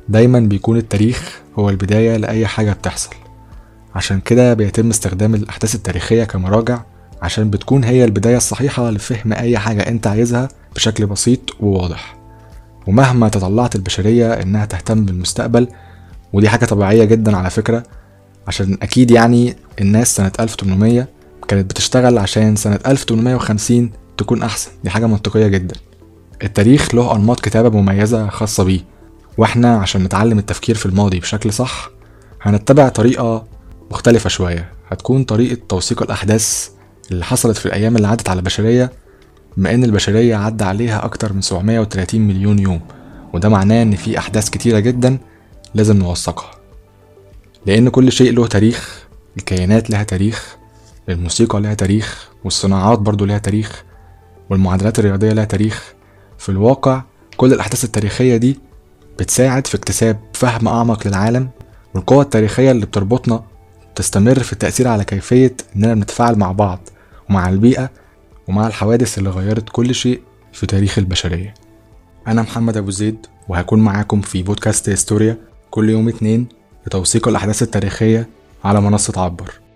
دايما بيكون التاريخ هو البداية لأي حاجة بتحصل، عشان كده بيتم استخدام الأحداث التاريخية كمراجع، عشان بتكون هي البداية الصحيحة لفهم أي حاجة أنت عايزها بشكل بسيط وواضح. ومهما تطلعت البشرية إنها تهتم بالمستقبل، ودي حاجة طبيعية جدا على فكرة، عشان أكيد يعني الناس سنة 1800 كانت بتشتغل عشان سنة 1850 تكون أحسن، دي حاجة منطقية جدا. التاريخ له أنماط كتابة مميزة خاصة بيه، واحنا عشان نتعلم التفكير في الماضي بشكل صح هنتبع طريقة مختلفة شوية، هتكون طريقة توثيق الأحداث اللي حصلت في الأيام اللي عدت على البشرية، بما إن البشرية عدى عليها أكتر من 730 مليون يوم، وده معناه إن في أحداث كتيرة جدا لازم نوثقها، لأن كل شيء له تاريخ. الكيانات لها تاريخ، الموسيقى لها تاريخ، والصناعات برضو لها تاريخ، والمعادلات الرياضية لها تاريخ. في الواقع كل الأحداث التاريخية دي بتساعد في اكتساب فهم أعمق للعالم، والقوة التاريخية اللي بتربطنا تستمر في التأثير على كيفية إننا بنتفاعل مع بعض ومع البيئة ومع الحوادث اللي غيرت كل شيء في تاريخ البشرية. أنا محمد أبو زيد، وهكون معاكم في بودكاست هيستوريا كل يوم 2 لتوثيق الأحداث التاريخية على منصة عبر.